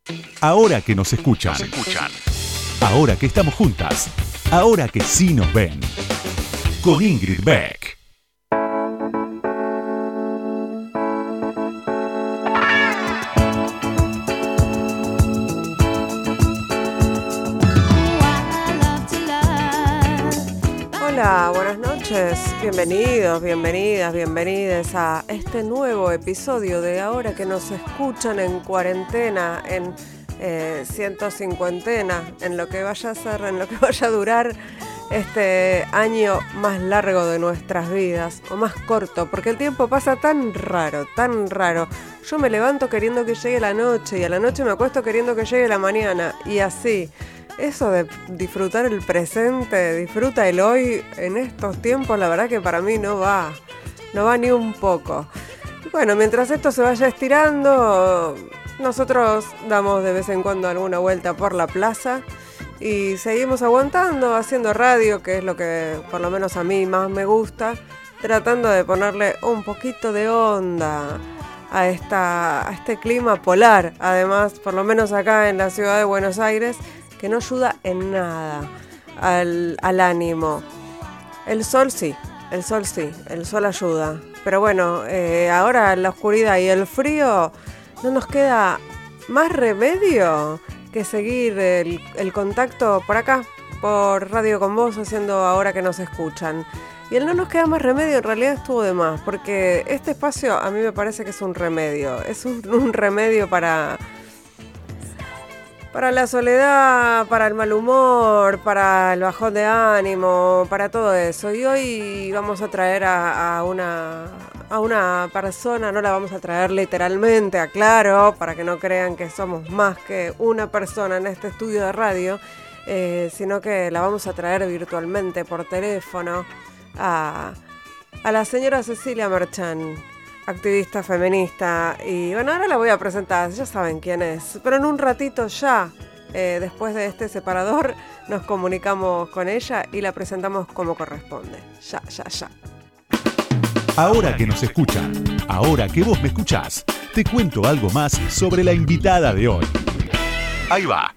Ahora que nos escuchan. Ahora que estamos juntas. Ahora que sí nos ven. Con Ingrid Beck. Hola, buenas noches, bienvenidos, bienvenidas, bienvenides a este nuevo episodio de Ahora que nos escuchan en cuarentena, en 150, en lo que vaya a ser, en lo que vaya a durar este año más largo de nuestras vidas, o más corto, porque el tiempo pasa tan raro, tan raro. Yo me levanto queriendo que llegue la noche y a la noche me acuesto queriendo que llegue la mañana, y así. Eso de disfrutar el presente, disfruta el hoy en estos tiempos, la verdad que para mí no va ni un poco. Y bueno, mientras esto se vaya estirando, nosotros damos de vez en cuando alguna vuelta por la plaza y seguimos aguantando, haciendo radio, que es lo que por lo menos a mí más me gusta, tratando de ponerle un poquito de onda a este clima polar, además, por lo menos acá en la ciudad de Buenos Aires, que no ayuda en nada al ánimo. El sol sí, el sol ayuda. Pero bueno, ahora la oscuridad y el frío, no nos queda más remedio que seguir el contacto por acá, por Radio Con Vos, haciendo Ahora que nos escuchan. Y el no nos queda más remedio en realidad estuvo de más, porque este espacio a mí me parece que es un remedio. Es un remedio para la soledad, para el mal humor, para el bajón de ánimo, para todo eso. Y hoy vamos a traer a una persona, no la vamos a traer literalmente, aclaro, para que no crean que somos más que una persona en este estudio de radio, sino que la vamos a traer virtualmente por teléfono a la señora Cecilia Merchán, activista feminista, y bueno, ahora la voy a presentar, ya saben quién es, pero en un ratito ya, después de este separador, nos comunicamos con ella y la presentamos como corresponde. Ya. Ahora que nos escuchan, ahora que vos me escuchás, te cuento algo más sobre la invitada de hoy. Ahí va.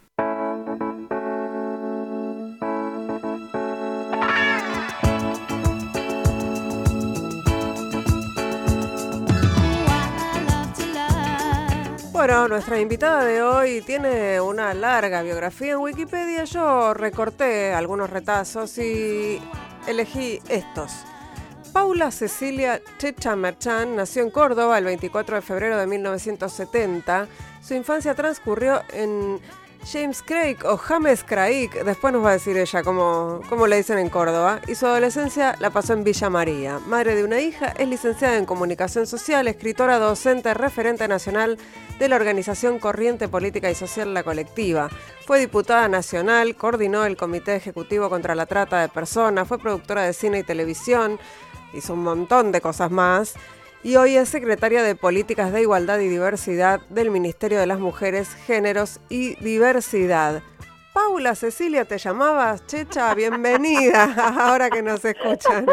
Bueno, nuestra invitada de hoy tiene una larga biografía en Wikipedia. Yo recorté algunos retazos y elegí estos. Paula Cecilia Checha Merchán nació en Córdoba el 24 de febrero de 1970. Su infancia transcurrió en James Craig o James Craig, después nos va a decir ella cómo le dicen en Córdoba, y su adolescencia la pasó en Villa María. Madre de una hija, es licenciada en Comunicación Social, escritora, docente, referente nacional de la organización Corriente Política y Social La Colectiva. Fue diputada nacional, coordinó el Comité Ejecutivo contra la Trata de Personas, fue productora de cine y televisión, hizo un montón de cosas más. Y hoy es secretaria de Políticas de Igualdad y Diversidad del Ministerio de las Mujeres, Géneros y Diversidad. Paula Cecilia, ¿te llamabas? Checha, bienvenida, ahora que nos escuchan.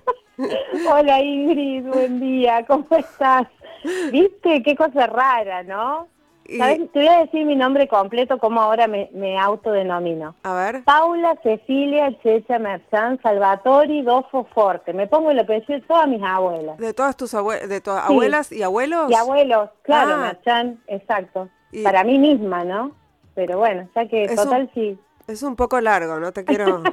Hola Ingrid, buen día, ¿cómo estás? ¿Viste? Qué cosa rara, ¿no? ¿Sabes? Te voy a decir mi nombre completo, como ahora me autodenomino. A ver. Paula Cecilia Checha Merchán Salvatori Dofo Forte. Me pongo el apellido de todas mis abuelas. ¿De todas tus abuelas y abuelos? Y abuelos, claro, Merchán, exacto. Para mí misma, ¿no? Pero bueno, ya que total sí. Es un poco largo, no te quiero...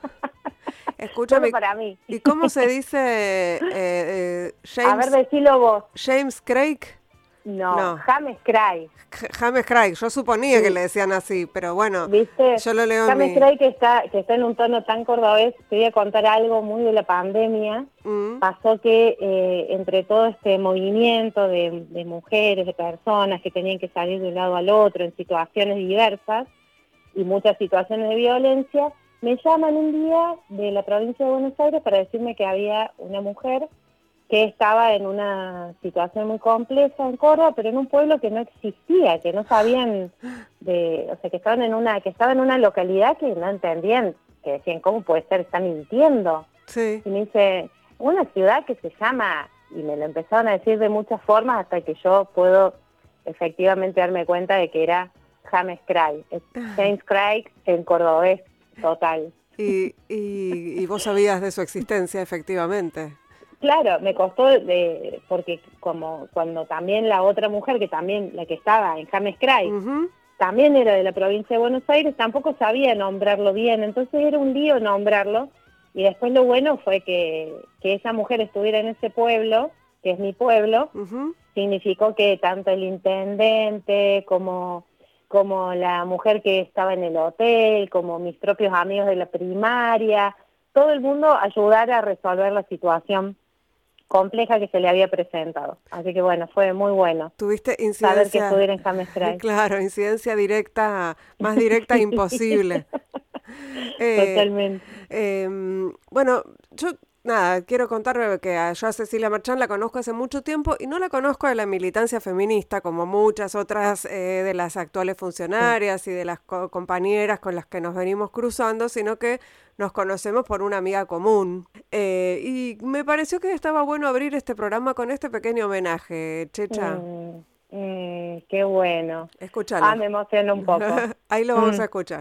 Escúchame. Solo para mí. ¿Y cómo se dice James? A ver, decilo vos. ¿James Craig? No, James Craig. James Craig, yo suponía que le decían así, pero bueno, ¿viste? Yo lo leo James Craig que está en un tono tan cordobés. Te voy a contar algo muy de la pandemia. Pasó que entre todo este movimiento de mujeres, de personas que tenían que salir de un lado al otro en situaciones diversas y muchas situaciones de violencia, me llaman un día de la provincia de Buenos Aires para decirme que había una mujer que estaba en una situación muy compleja en Córdoba, pero en un pueblo que no existía, que no sabían que estaban en una localidad que no entendían, que decían, ¿cómo puede ser? Está mintiendo. Sí. Y me dice, una ciudad que se llama, y me lo empezaron a decir de muchas formas hasta que yo puedo efectivamente darme cuenta de que era James Craig. Es James Craig en cordobés total. Y vos sabías de su existencia, efectivamente. Claro, me costó, porque como cuando también la otra mujer, que también la que estaba en James Craig, también era de la provincia de Buenos Aires, tampoco sabía nombrarlo bien, entonces era un lío nombrarlo, y después lo bueno fue que esa mujer estuviera en ese pueblo, que es mi pueblo, significó que tanto el intendente como la mujer que estaba en el hotel, como mis propios amigos de la primaria, todo el mundo ayudara a resolver la situación compleja que se le había presentado. Así que bueno, fue muy bueno. Tuviste incidencia. Saber que estuviera en James Craig. Claro, incidencia directa, más directa imposible. Totalmente. Bueno, yo quiero contar que yo a Cecilia Marchand la conozco hace mucho tiempo y no la conozco de la militancia feminista como muchas otras de las actuales funcionarias y de las compañeras con las que nos venimos cruzando, sino que nos conocemos por una amiga común. Y me pareció que estaba bueno abrir este programa con este pequeño homenaje, Checha. Qué bueno. Escúchalo. Me emociona un poco. Ahí lo vamos a escuchar.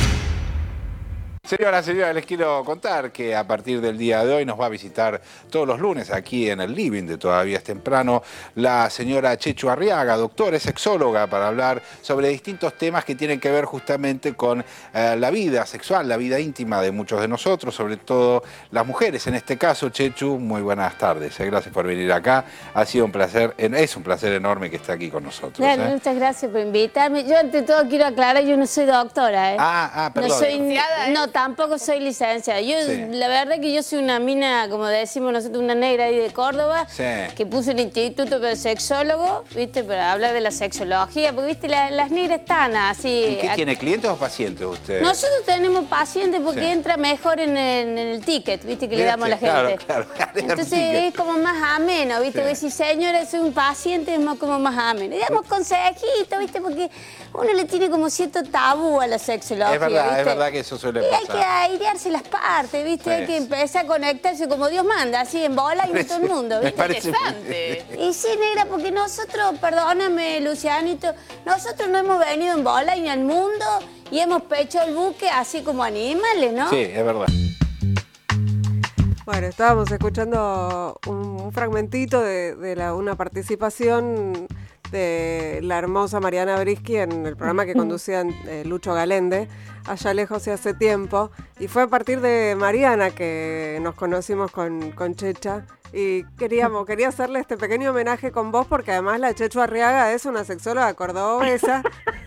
Señoras, les quiero contar que a partir del día de hoy nos va a visitar todos los lunes aquí en el living de Todavía es Temprano la señora Chechu Arriaga, doctora, es sexóloga, para hablar sobre distintos temas que tienen que ver justamente con la vida sexual, la vida íntima de muchos de nosotros, sobre todo las mujeres. En este caso, Chechu, muy buenas tardes. Gracias por venir acá. Ha sido un placer, es un placer enorme que esté aquí con nosotros. Claro, muchas gracias por invitarme. Yo ante todo quiero aclarar, yo no soy doctora. Perdón. No soy, tampoco soy licenciada. Yo, la verdad que yo soy una mina, como decimos nosotros, una negra ahí de Córdoba, que puse el instituto de sexólogo, ¿viste? Para hablar de la sexología, porque, ¿viste? Las negras están así. ¿Y qué tiene, clientes o pacientes usted? Nosotros tenemos pacientes porque entra mejor en el ticket, ¿viste? Que le damos a la gente. Claro. Entonces es como más ameno, ¿viste? Porque si señora, soy un paciente, es como más ameno. Y damos consejitos, ¿viste? Porque uno le tiene como cierto tabú a la sexología. Es verdad, ¿viste? es verdad que eso suele pasar. Y hay que airearse las partes, ¿viste? Hay que empezar a conectarse como Dios manda, así en bola y de todo el mundo, ¿viste? Interesante. Y sí, negra, porque nosotros, perdóname, Lucianito, nosotros no hemos venido en bola ni al mundo y hemos pecho el buque así como animales, ¿no? Sí, es verdad. Bueno, estábamos escuchando un fragmentito de una participación de la hermosa Mariana Brisky en el programa que conducía Lucho Galende, allá lejos y hace tiempo. Y fue a partir de Mariana que nos conocimos con Checha. Y quería hacerle este pequeño homenaje con vos, porque además la Chechu Arriaga es una sexóloga cordobesa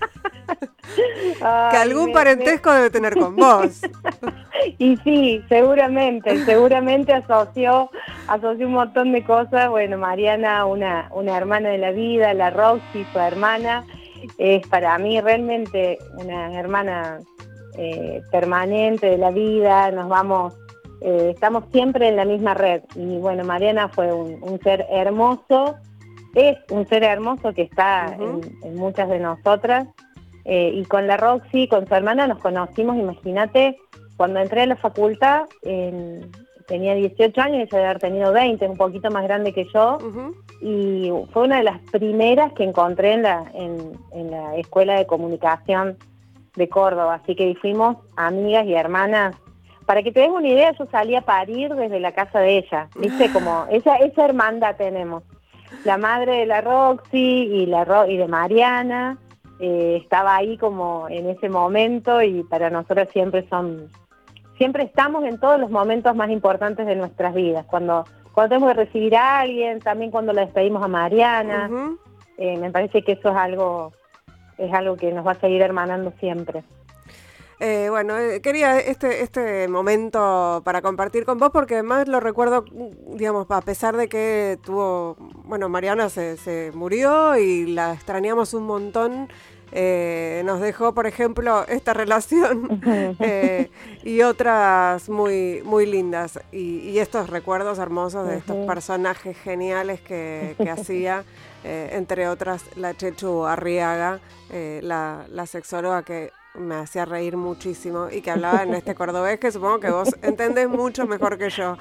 que algún parentesco debe tener con vos. Y sí, seguramente asoció un montón de cosas. Bueno, Mariana, una hermana de la vida, la Roxy, su hermana, es para mí realmente una hermana permanente de la vida. Nos vamos, estamos siempre en la misma red. Y bueno, Mariana fue un ser hermoso, es un ser hermoso que está en muchas de nosotras. Y con la Roxy, con su hermana, nos conocimos, imagínate, cuando entré a la facultad, tenía 18 años y ella debe haber tenido 20, es un poquito más grande que yo, y fue una de las primeras que encontré en la Escuela de Comunicación de Córdoba, así que fuimos amigas y hermanas. Para que te des una idea, yo salí a parir desde la casa de ella, ¿viste? Como esa hermandad tenemos. La madre de la Roxy y de Mariana, estaba ahí como en ese momento, y para nosotros siempre estamos en todos los momentos más importantes de nuestras vidas, cuando tenemos que recibir a alguien, también cuando la despedimos a Mariana. Me parece que eso es algo que nos va a seguir hermanando siempre. Bueno, quería este momento para compartir con vos, porque además lo recuerdo, digamos, a pesar de que Mariana se murió y la extrañamos un montón, nos dejó, por ejemplo, esta relación y otras muy, muy lindas, y estos recuerdos hermosos de estos personajes geniales que hacía, entre otras la Chechu Arriaga, la sexóloga que me hacía reír muchísimo y que hablaba en este cordobés que supongo que vos entendés mucho mejor que yo.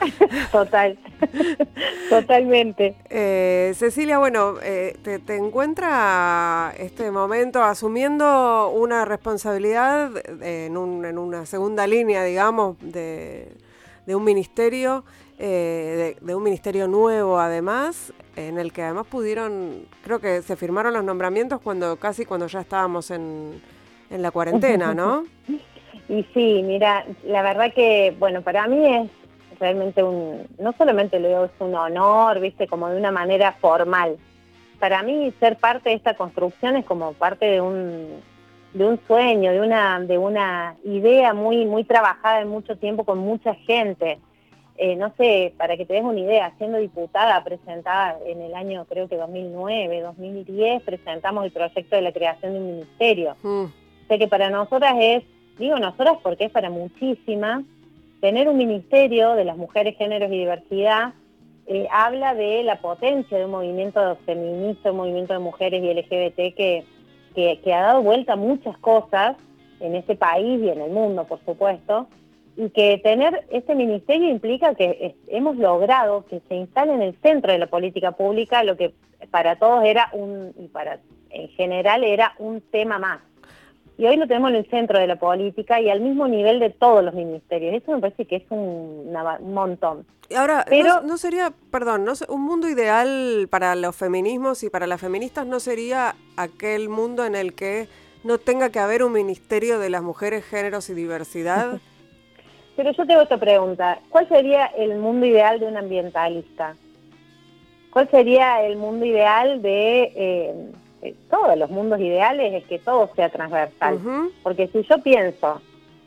Totalmente. Cecilia, bueno, te encuentra este momento asumiendo una responsabilidad en una segunda línea, digamos, de un ministerio, de un ministerio nuevo además, en el que además creo que se firmaron los nombramientos cuando ya estábamos en la cuarentena, ¿no? Y sí, mira, la verdad que, bueno, para mí es realmente no solamente lo digo, es un honor, viste, como de una manera formal. Para mí ser parte de esta construcción es como parte de un sueño, de una idea muy, muy trabajada en mucho tiempo con mucha gente. No sé, para que te des una idea, siendo diputada presentada en el año creo que 2009, 2010, presentamos el proyecto de la creación de un ministerio. O sea que para nosotras digo nosotras porque es para muchísimas, tener un ministerio de las mujeres, géneros y diversidad habla de la potencia de un movimiento feminista, un movimiento de mujeres y LGBT que ha dado vuelta a muchas cosas en este país y en el mundo, por supuesto, y que tener este ministerio implica que hemos logrado que se instale en el centro de la política pública lo que para todos en general era un tema más. Y hoy lo tenemos en el centro de la política y al mismo nivel de todos los ministerios. Eso me parece que es un montón. Ahora, pero, no sería, un mundo ideal para los feminismos y para las feministas no sería aquel mundo en el que no tenga que haber un ministerio de las mujeres, géneros y diversidad. Pero yo tengo otra pregunta. ¿Cuál sería el mundo ideal de un ambientalista? ¿Cuál sería el mundo ideal de todos los mundos ideales? Es que todo sea transversal. Porque si yo pienso,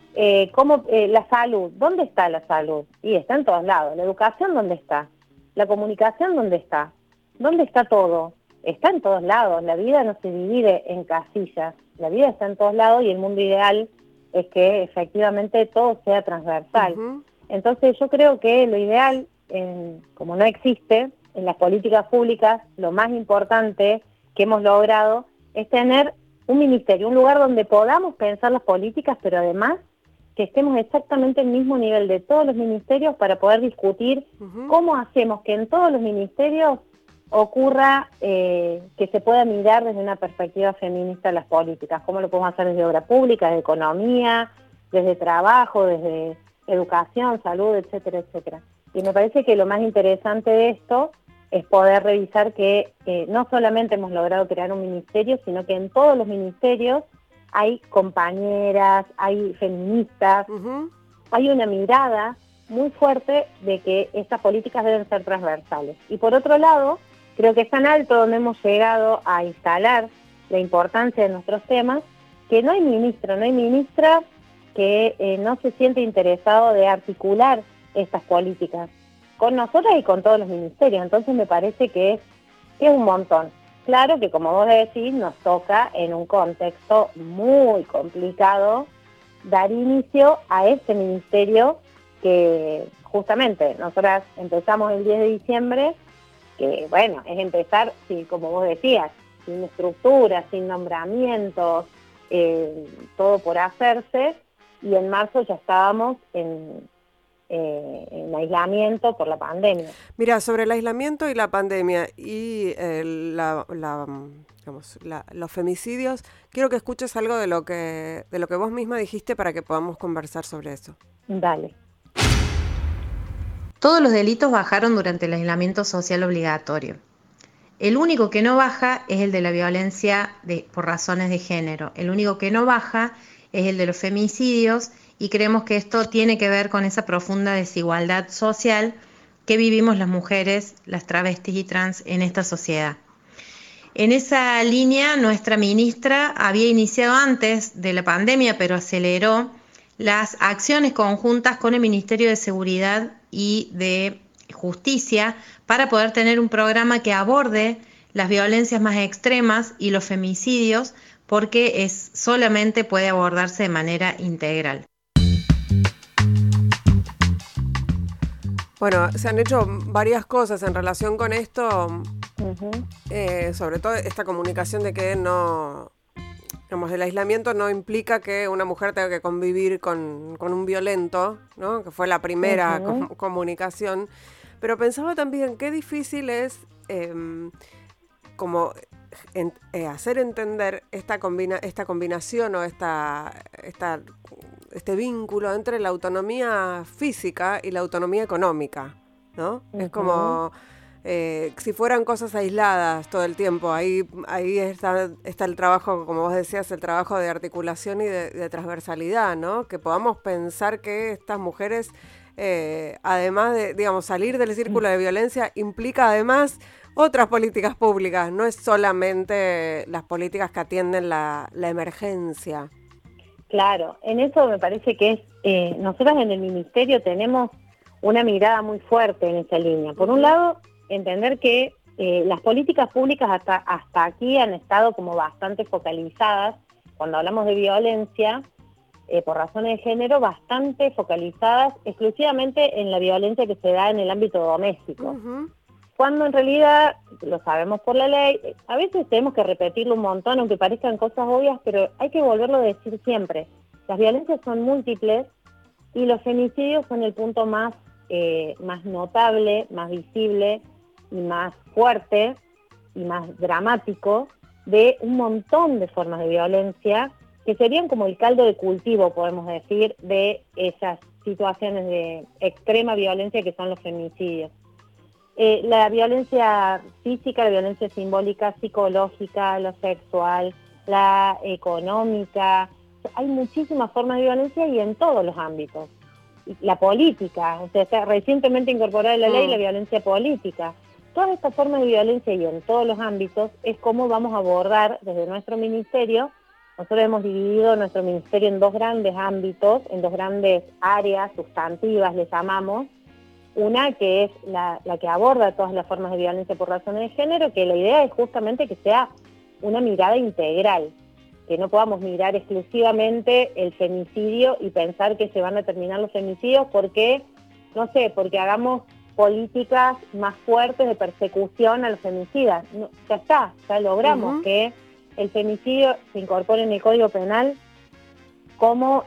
la salud, ¿dónde está la salud? Y está en todos lados. ¿La educación dónde está? ¿La comunicación dónde está? ¿Dónde está todo? Está en todos lados. La vida no se divide en casillas. La vida está en todos lados y el mundo ideal es que efectivamente todo sea transversal. Entonces yo creo que lo ideal, como no existe, en las políticas públicas, lo más importante que hemos logrado es tener un ministerio, un lugar donde podamos pensar las políticas, pero además que estemos exactamente al mismo nivel de todos los ministerios para poder discutir cómo hacemos que en todos los ministerios ocurra que se pueda mirar desde una perspectiva feminista las políticas, cómo lo podemos hacer desde obra pública, desde economía, desde trabajo, desde educación, salud, etcétera, etcétera. Y me parece que lo más interesante de esto es poder revisar que no solamente hemos logrado crear un ministerio, sino que en todos los ministerios hay compañeras, hay feministas, hay una mirada muy fuerte de que estas políticas deben ser transversales. Y por otro lado, creo que es tan alto donde hemos llegado a instalar la importancia de nuestros temas, que no hay ministro, no hay ministra que no se siente interesado de articular estas políticas con nosotras y con todos los ministerios. Entonces me parece que es un montón. Claro que, como vos decís, nos toca en un contexto muy complicado dar inicio a este ministerio que justamente nosotras empezamos el 10 de diciembre, que bueno, es empezar, sí, como vos decías, sin estructura, sin nombramientos, todo por hacerse, y en marzo ya estábamos en aislamiento por la pandemia. Mira, sobre el aislamiento y la pandemia y los femicidios, quiero que escuches algo de lo que vos misma dijiste para que podamos conversar sobre eso. Dale. Todos los delitos bajaron durante el aislamiento social obligatorio. El único que no baja es el de la violencia por razones de género. El único que no baja es el de los femicidios, y creemos que esto tiene que ver con esa profunda desigualdad social que vivimos las mujeres, las travestis y trans en esta sociedad. En esa línea, nuestra ministra había iniciado antes de la pandemia, pero aceleró las acciones conjuntas con el Ministerio de Seguridad y de Justicia para poder tener un programa que aborde las violencias más extremas y los femicidios, porque solamente puede abordarse de manera integral. Bueno, se han hecho varias cosas en relación con esto, sobre todo esta comunicación de que no Digamos, el aislamiento no implica que una mujer tenga que convivir con un violento, ¿no? Que fue la primera comunicación. Pero pensaba también qué difícil es hacer entender esta combinación o este vínculo entre la autonomía física y la autonomía económica, ¿no? Es como si fueran cosas aisladas todo el tiempo. Ahí está el trabajo, como vos decías, el trabajo de articulación y de transversalidad, ¿no? Que podamos pensar que estas mujeres, además de, digamos, salir del círculo de violencia, implica además otras políticas públicas, no es solamente las políticas que atienden la emergencia. Claro, en eso me parece que nosotros en el Ministerio tenemos una mirada muy fuerte en esa línea. Por un lado, entender que las políticas públicas hasta aquí han estado como bastante focalizadas, cuando hablamos de violencia, por razones de género, bastante focalizadas exclusivamente en la violencia que se da en el ámbito doméstico. Cuando en realidad, lo sabemos por la ley, a veces tenemos que repetirlo un montón, aunque parezcan cosas obvias, pero hay que volverlo a decir siempre. Las violencias son múltiples y los femicidios son el punto más notable, más visible y más fuerte y más dramático de un montón de formas de violencia que serían como el caldo de cultivo, podemos decir, de esas situaciones de extrema violencia que son los femicidios. La violencia física, la violencia simbólica, psicológica, lo sexual, la económica, hay muchísimas formas de violencia y en todos los ámbitos. La política, o sea, está recientemente incorporada en la ley la violencia política. Todas estas formas de violencia y en todos los ámbitos es cómo vamos a abordar desde nuestro ministerio. Nosotros hemos dividido nuestro ministerio en dos grandes ámbitos, en dos grandes áreas sustantivas, les llamamos. Una que es la que aborda todas las formas de violencia por razones de género, que la idea es justamente que sea una mirada integral, que no podamos mirar exclusivamente el femicidio y pensar que se van a terminar los femicidios porque hagamos políticas más fuertes de persecución a los femicidas. No, ya logramos que el femicidio se incorpore en el Código Penal como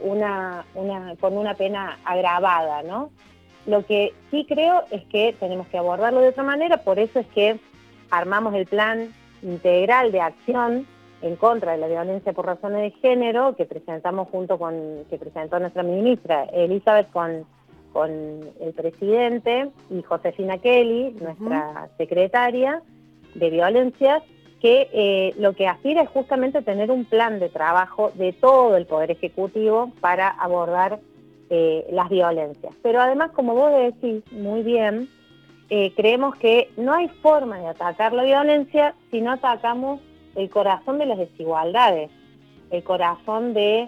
con una pena agravada, ¿no? Lo que sí creo es que tenemos que abordarlo de otra manera, por eso es que armamos el plan integral de acción en contra de la violencia por razones de género que presentamos que presentó nuestra ministra Elizabeth con el presidente y Josefina Kelly, nuestra secretaria de violencias, que lo que aspira es justamente tener un plan de trabajo de todo el Poder Ejecutivo para abordar las violencias. Pero además, como vos decís muy bien, creemos que no hay forma de atacar la violencia si no atacamos el corazón de las desigualdades, el corazón del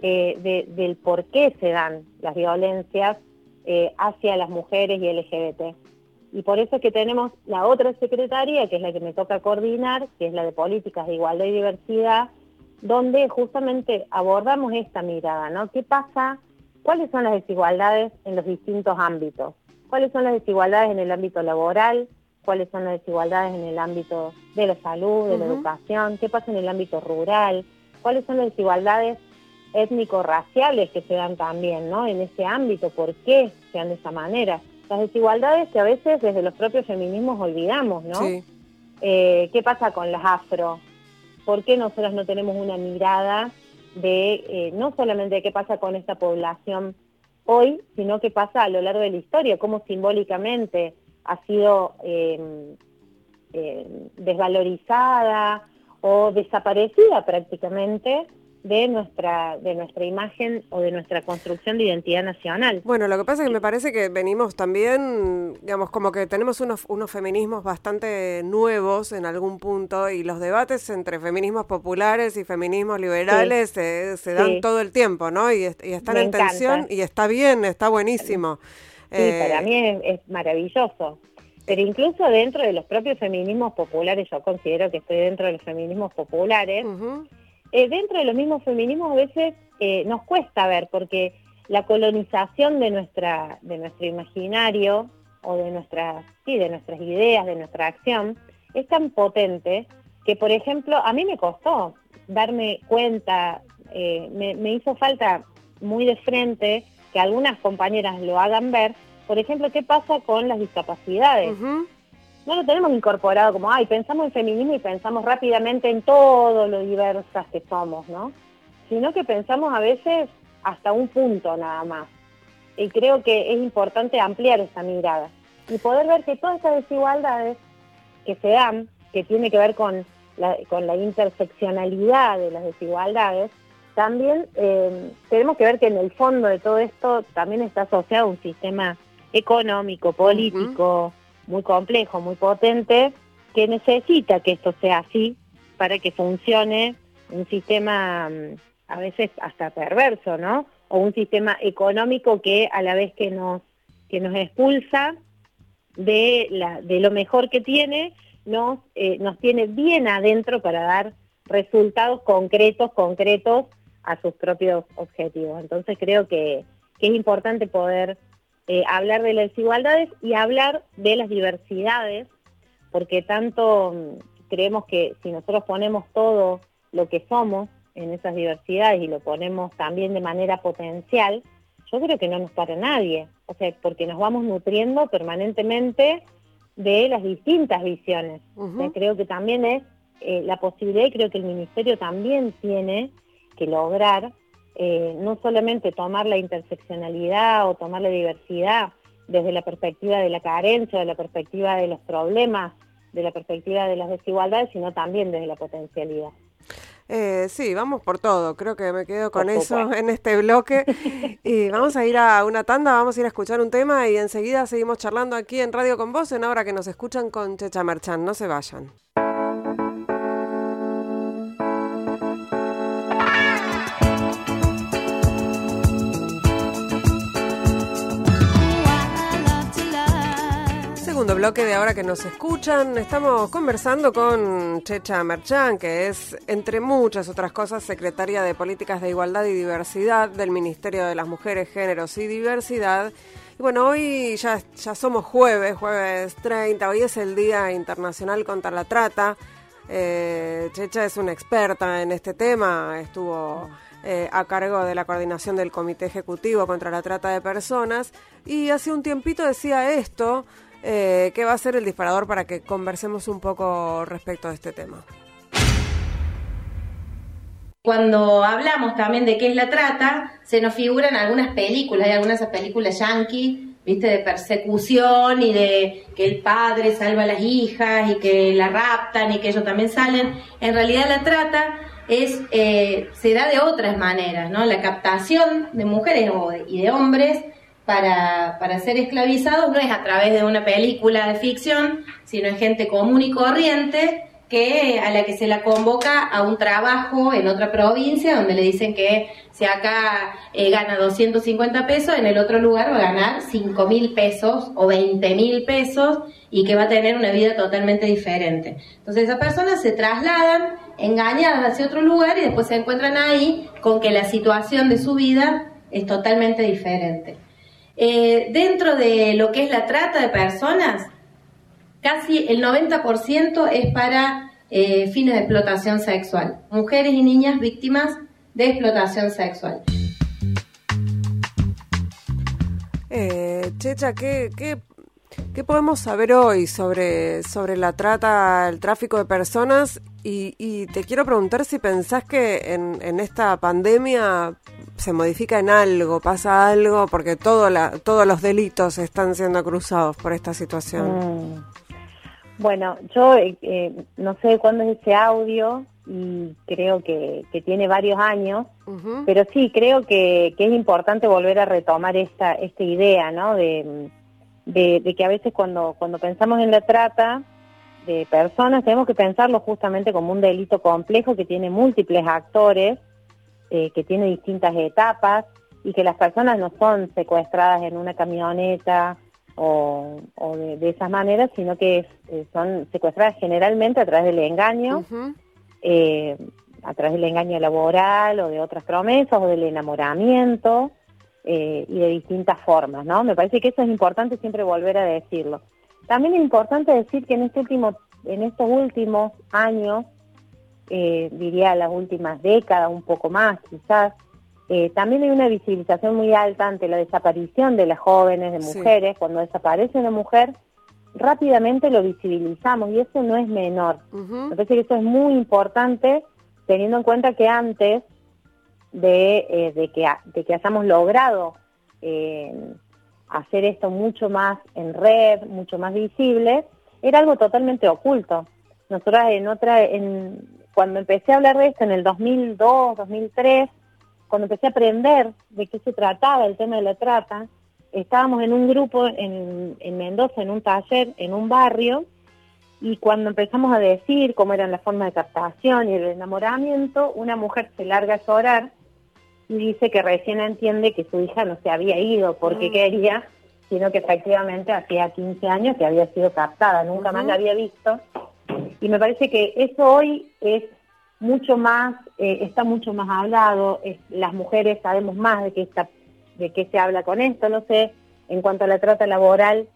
por qué se dan las violencias hacia las mujeres y LGBT. Y por eso es que tenemos la otra secretaría, que es la que me toca coordinar, que es la de Políticas de Igualdad y Diversidad, donde justamente abordamos esta mirada, ¿no? ¿Qué pasa? ¿Cuáles son las desigualdades en los distintos ámbitos? ¿Cuáles son las desigualdades en el ámbito laboral? ¿Cuáles son las desigualdades en el ámbito de la salud, de la educación? ¿Qué pasa en el ámbito rural? ¿Cuáles son las desigualdades étnico-raciales que se dan también, ¿no? En ese ámbito? ¿Por qué se dan de esa manera? Las desigualdades que a veces desde los propios feminismos olvidamos, ¿no? Sí. ¿Qué pasa con las afro? ¿Por qué nosotros no tenemos una mirada de no solamente qué pasa con esta población hoy, sino qué pasa a lo largo de la historia, cómo simbólicamente ha sido desvalorizada o desaparecida prácticamente de nuestra imagen o de nuestra construcción de identidad nacional. Bueno, lo que pasa es que me parece que venimos también, digamos, como que tenemos unos feminismos bastante nuevos en algún punto y los debates entre feminismos populares y feminismos liberales se dan todo el tiempo, ¿no? Y están en tensión y está bien, está buenísimo. Sí, para mí es maravilloso. Pero incluso dentro de los propios feminismos populares, yo considero que estoy dentro de los feminismos populares, dentro de los mismos feminismos a veces nos cuesta ver, porque la colonización de nuestro imaginario o de nuestras ideas, de nuestra acción, es tan potente que, por ejemplo, a mí me costó darme cuenta, me hizo falta muy de frente que algunas compañeras lo hagan ver, por ejemplo, qué pasa con las discapacidades. Uh-huh. No lo tenemos incorporado como, pensamos en feminismo y pensamos rápidamente en todo lo diversas que somos, ¿no? Sino que pensamos a veces hasta un punto nada más. Y creo que es importante ampliar esa mirada y poder ver que todas esas desigualdades que se dan, que tiene que ver con la interseccionalidad de las desigualdades, también tenemos que ver que en el fondo de todo esto también está asociado a un sistema económico, político, uh-huh, muy complejo, muy potente, que necesita que esto sea así para que funcione un sistema a veces hasta perverso, ¿no? O un sistema económico que a la vez que nos expulsa de lo mejor que tiene, nos tiene bien adentro para dar resultados concretos a sus propios objetivos. Entonces creo que es importante poder hablar de las desigualdades y hablar de las diversidades, porque tanto creemos que si nosotros ponemos todo lo que somos en esas diversidades y lo ponemos también de manera potencial, yo creo que no nos para nadie, o sea, porque nos vamos nutriendo permanentemente de las distintas visiones. Uh-huh. O sea, creo que también es la posibilidad, y creo que el Ministerio también tiene que lograr no solamente tomar la interseccionalidad o tomar la diversidad desde la perspectiva de la carencia, de la perspectiva de los problemas, de la perspectiva de las desigualdades, sino también desde la potencialidad. Sí, vamos por todo, creo que me quedo con eso en este bloque y vamos a ir a una tanda, vamos a ir a escuchar un tema y enseguida seguimos charlando aquí en Radio Con Vos en Ahora que nos escuchan con Checha Merchant, no se vayan. Segundo bloque de Ahora que nos escuchan, estamos conversando con Checha Merchant, que es, entre muchas otras cosas, secretaria de Políticas de Igualdad y Diversidad del Ministerio de las Mujeres, Géneros y Diversidad. Y bueno, hoy ya somos jueves 30, hoy es el Día Internacional contra la Trata. Checha es una experta en este tema, estuvo a cargo de la coordinación del Comité Ejecutivo contra la Trata de Personas y hace un tiempito decía esto, que va a ser el disparador para que conversemos un poco respecto de este tema. Cuando hablamos también de qué es la trata, se nos figuran algunas películas, hay algunas películas yanqui, viste, de persecución y de que el padre salva a las hijas y que la raptan y que ellos también salen. En realidad la trata se da de otras maneras, ¿no? La captación de mujeres y de hombres para ser esclavizados no es a través de una película de ficción, sino es gente común y corriente a la que se la convoca a un trabajo en otra provincia, donde le dicen que si acá gana 250 pesos, en el otro lugar va a ganar 5.000 pesos o 20.000 pesos y que va a tener una vida totalmente diferente. Entonces esas personas se trasladan engañadas hacia otro lugar y después se encuentran ahí con que la situación de su vida es totalmente diferente. Dentro de lo que es la trata de personas, casi el 90% es para fines de explotación sexual. Mujeres y niñas víctimas de explotación sexual. Checha, ¿qué podemos saber hoy sobre la trata, el tráfico de personas? Y te quiero preguntar si pensás que en esta pandemia se modifica en algo, pasa algo, porque todos los delitos están siendo cruzados por esta situación. Bueno, yo no sé cuándo es ese audio y creo que tiene varios años, uh-huh, pero sí creo que es importante volver a retomar esta idea, ¿no? De que a veces cuando pensamos en la trata de personas tenemos que pensarlo justamente como un delito complejo que tiene múltiples actores, que tiene distintas etapas y que las personas no son secuestradas en una camioneta o de esas maneras, sino que son secuestradas generalmente a través del engaño, uh-huh, a través del engaño laboral o de otras promesas o del enamoramiento y de distintas formas, ¿no? Me parece que eso es importante siempre volver a decirlo. También es importante decir que en estos últimos años diría las últimas décadas, un poco más quizás. También hay una visibilización muy alta ante la desaparición de las jóvenes, de mujeres. Sí. Cuando desaparece una mujer, rápidamente lo visibilizamos y eso no es menor. Me parece que eso es muy importante, teniendo en cuenta que antes de que hayamos logrado hacer esto mucho más en red, mucho más visible, era algo totalmente oculto. Nosotras cuando empecé a hablar de esto en el 2002, 2003, cuando empecé a aprender de qué se trataba el tema de la trata, estábamos en un grupo en Mendoza, en un taller, en un barrio, y cuando empezamos a decir cómo eran las formas de captación y el enamoramiento, una mujer se larga a llorar y dice que recién entiende que su hija no se había ido porque quería, sino que efectivamente hacía 15 años que había sido captada, nunca más la había visto. Y me parece que eso hoy es mucho más, está mucho más hablado, las mujeres sabemos más de qué se habla con esto, no sé, en cuanto a la trata laboral,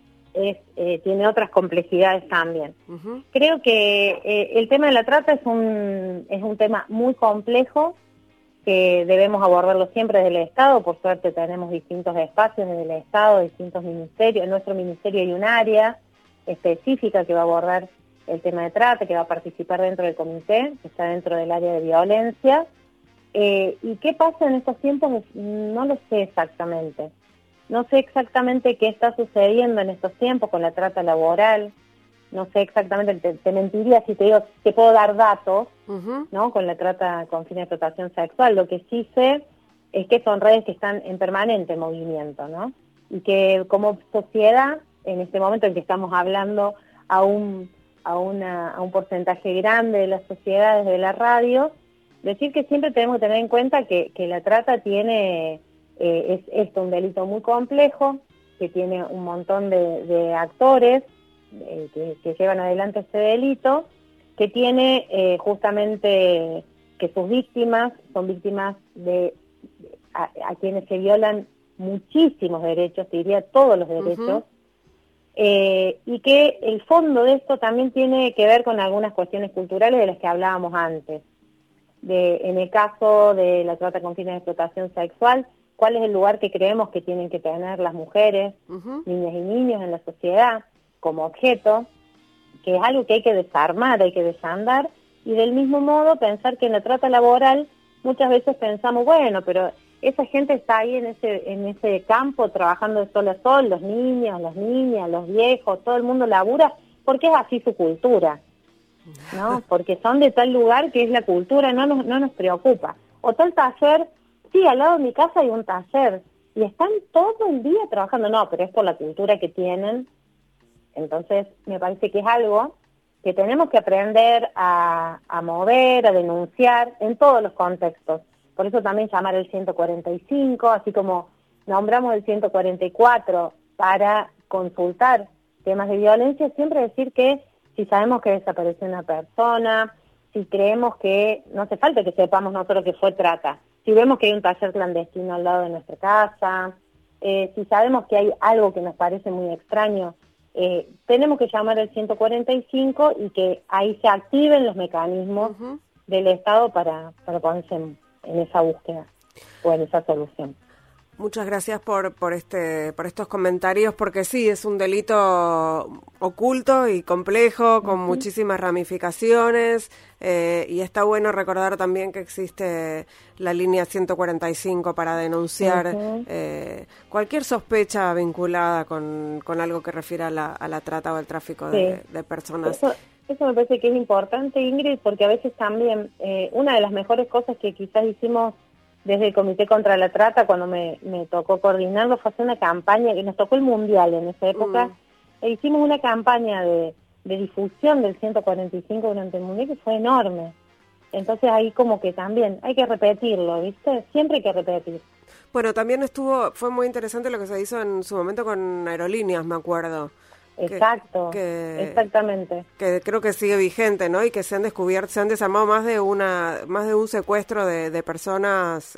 tiene otras complejidades también. Creo que el tema de la trata es un tema muy complejo, que debemos abordarlo siempre desde el Estado. Por suerte tenemos distintos espacios desde el Estado, distintos ministerios. En nuestro ministerio hay un área específica que va a abordar el tema de trata, que va a participar dentro del comité, que está dentro del área de violencia. ¿Y qué pasa en estos tiempos? No lo sé exactamente. No sé exactamente qué está sucediendo en estos tiempos con la trata laboral. No sé exactamente, te mentiría si te digo, te puedo dar datos, ¿no? Con la trata con fines de explotación sexual. Lo que sí sé es que son redes que están en permanente movimiento, ¿no? Y que como sociedad, en este momento en que estamos hablando a un porcentaje grande de la sociedad desde la radio, decir que siempre tenemos que tener en cuenta que la trata tiene, es un delito muy complejo, que tiene un montón de actores, que llevan adelante este delito, que tiene justamente que sus víctimas son víctimas a quienes se violan muchísimos derechos, diría todos los derechos, y que el fondo de esto también tiene que ver con algunas cuestiones culturales de las que hablábamos antes. En el caso de la trata con fines de explotación sexual, ¿cuál es el lugar que creemos que tienen que tener las mujeres, niñas y niños en la sociedad como objeto? Que es algo que hay que desarmar, hay que desandar, y del mismo modo pensar que en la trata laboral muchas veces pensamos, bueno, pero esa gente está ahí en ese campo trabajando de sol a sol, los niños, las niñas, los viejos, todo el mundo labura, porque es así su cultura, ¿no? Porque son de tal lugar que es la cultura, no nos preocupa. O tal taller, sí, al lado de mi casa hay un taller, y están todo el día trabajando, no, pero es por la cultura que tienen. Entonces, me parece que es algo que tenemos que aprender a mover, a denunciar en todos los contextos. Por eso también llamar el 145, así como nombramos el 144 para consultar temas de violencia, siempre decir que si sabemos que desapareció una persona, si creemos que no hace falta que sepamos nosotros que fue trata, si vemos que hay un taller clandestino al lado de nuestra casa, si sabemos que hay algo que nos parece muy extraño, tenemos que llamar al 145 y que ahí se activen los mecanismos del Estado para ponerse en esa búsqueda o en esa solución. Muchas gracias por estos comentarios, porque sí, es un delito oculto y complejo, con muchísimas ramificaciones, y está bueno recordar también que existe la línea 145 para denunciar cualquier sospecha vinculada con algo que refiera a la trata o al tráfico de personas. Eso me parece que es importante, Ingrid, porque a veces también una de las mejores cosas que quizás hicimos desde el Comité contra la Trata, cuando me tocó coordinarlo, fue hacer una campaña, que nos tocó el Mundial en esa época, e hicimos una campaña de difusión del 145 durante el Mundial que fue enorme. Entonces ahí como que también hay que repetirlo, ¿viste? Siempre hay que repetir. Bueno, también fue muy interesante lo que se hizo en su momento con Aerolíneas, me acuerdo. Exacto, exactamente. Que creo que sigue vigente, ¿no? Y que se han desarmado más de un secuestro de personas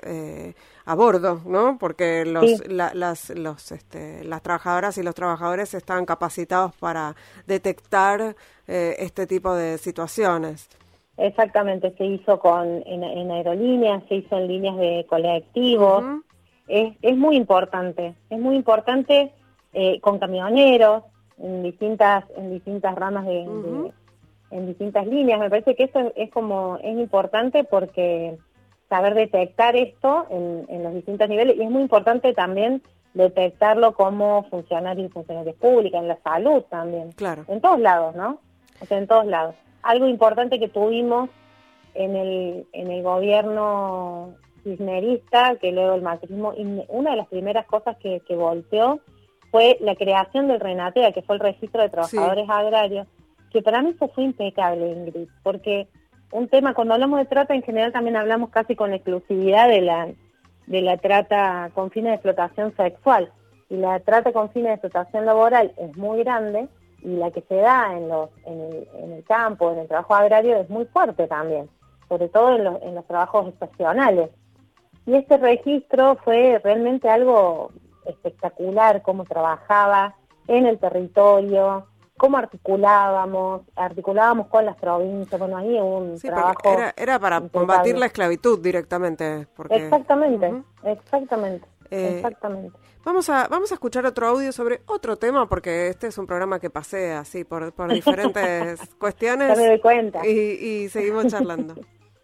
a bordo, ¿no? Porque las trabajadoras y los trabajadores están capacitados para detectar este tipo de situaciones. Exactamente, se hizo en aerolíneas, se hizo en líneas de colectivos. Uh-huh. Es muy importante con camioneros, en distintas ramas uh-huh. En distintas líneas. Me parece que eso es importante porque saber detectar esto en los distintos niveles, y es muy importante también detectarlo como funcionarios y funcionarias públicas, en la salud también. Claro. En todos lados, ¿no? O sea, en todos lados. Algo importante que tuvimos en el gobierno kirchnerista, que luego el macrismo, y una de las primeras cosas que volteó fue la creación del RENATEA, que fue el Registro de Trabajadores Agrarios, que para mí eso fue impecable, Ingrid, porque un tema, cuando hablamos de trata, en general también hablamos casi con exclusividad de la trata con fines de explotación sexual, y la trata con fines de explotación laboral es muy grande, y la que se da en el campo, en el trabajo agrario, es muy fuerte también, sobre todo en los trabajos estacionales. Y este registro fue realmente algo espectacular, cómo trabajaba en el territorio, cómo articulábamos con las provincias. Bueno, ahí un trabajo... Era para combatir la esclavitud directamente. Porque... Exactamente, uh-huh. exactamente. Vamos a escuchar otro audio sobre otro tema, porque este es un programa que pasea así por diferentes cuestiones. Ya me doy cuenta. Y seguimos charlando.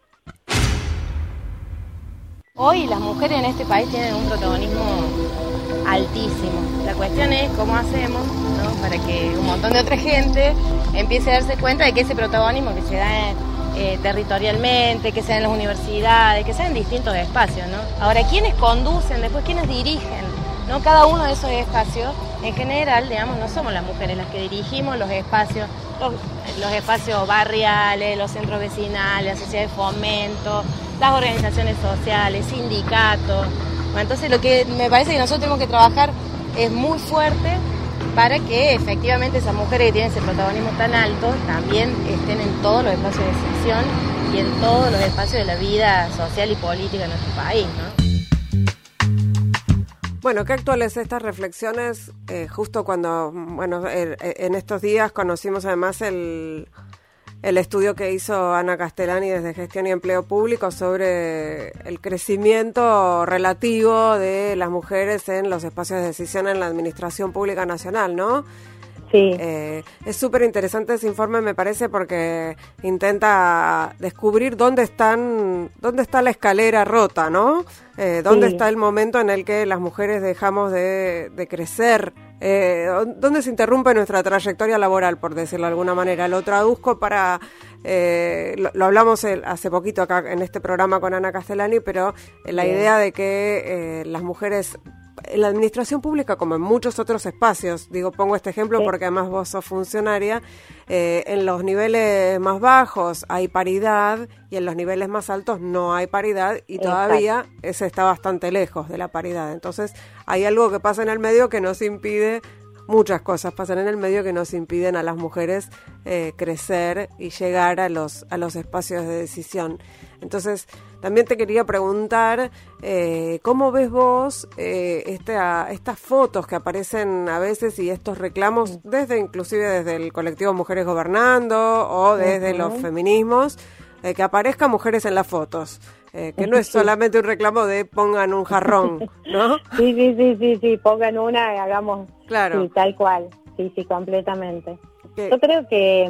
Hoy las mujeres en este país tienen un protagonismo altísimo. La cuestión es cómo hacemos, ¿no?, para que un montón de otra gente empiece a darse cuenta de que ese protagonismo que se da territorialmente, que sea en las universidades, que sea en distintos espacios, ¿no? Ahora, ¿quiénes conducen? Después, ¿quiénes dirigen? ¿No? Cada uno de esos espacios, en general, digamos, no somos las mujeres las que dirigimos los espacios, los espacios barriales, los centros vecinales, las sociedades de fomento, las organizaciones sociales, sindicatos. Bueno, entonces lo que me parece que nosotros tenemos que trabajar es muy fuerte para que efectivamente esas mujeres que tienen ese protagonismo tan alto también estén en todos los espacios de decisión y en todos los espacios de la vida social y política de nuestro país, ¿no? Bueno, qué actuales estas reflexiones, justo cuando, en estos días conocimos además el estudio que hizo Ana Castellani desde Gestión y Empleo Público sobre el crecimiento relativo de las mujeres en los espacios de decisión en la Administración Pública Nacional, ¿no? Sí. Es súper interesante ese informe, me parece, porque intenta descubrir dónde está la escalera rota, ¿no? Dónde está el momento en el que las mujeres dejamos de crecer, dónde se interrumpe nuestra trayectoria laboral, por decirlo de alguna manera. Lo traduzco para... lo hablamos hace poquito acá en este programa con Ana Castellani, pero la idea de que las mujeres... En la administración pública, como en muchos otros espacios, pongo este ejemplo porque además vos sos funcionaria, en los niveles más bajos hay paridad y en los niveles más altos no hay paridad y todavía se está bastante lejos de la paridad. Entonces hay algo que pasa en el medio que nos impide, muchas cosas pasan en el medio que nos impiden a las mujeres crecer y llegar a los espacios de decisión. Entonces, también te quería preguntar, ¿cómo ves vos estas fotos que aparecen a veces y estos reclamos, inclusive desde el colectivo Mujeres Gobernando o desde los feminismos, que aparezcan mujeres en las fotos? Que no es solamente un reclamo de pongan un jarrón, ¿no? Sí, pongan una y hagamos tal cual. Sí, completamente. Yo creo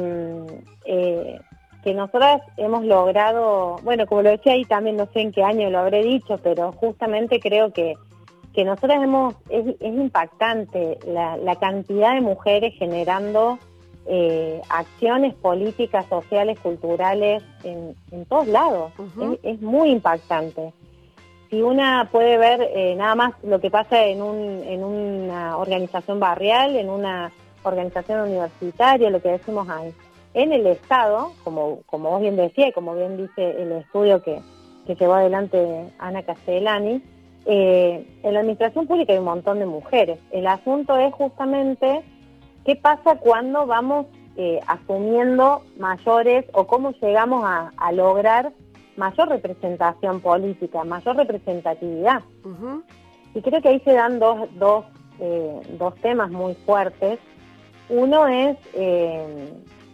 que nosotras hemos logrado, bueno, como lo decía ahí también, no sé en qué año lo habré dicho, pero justamente creo que nosotras es impactante la cantidad de mujeres generando acciones políticas, sociales, culturales, en todos lados. Uh-huh. Es muy impactante. Si una puede ver nada más lo que pasa en una organización barrial, en una organización universitaria, lo que decimos ahí. En el Estado, como vos bien decías y como bien dice el estudio que llevó adelante Ana Castellani, en la administración pública hay un montón de mujeres. El asunto es justamente qué pasa cuando vamos asumiendo mayores o cómo llegamos a lograr mayor representación política, mayor representatividad. Uh-huh. Y creo que ahí se dan dos temas muy fuertes. Uno es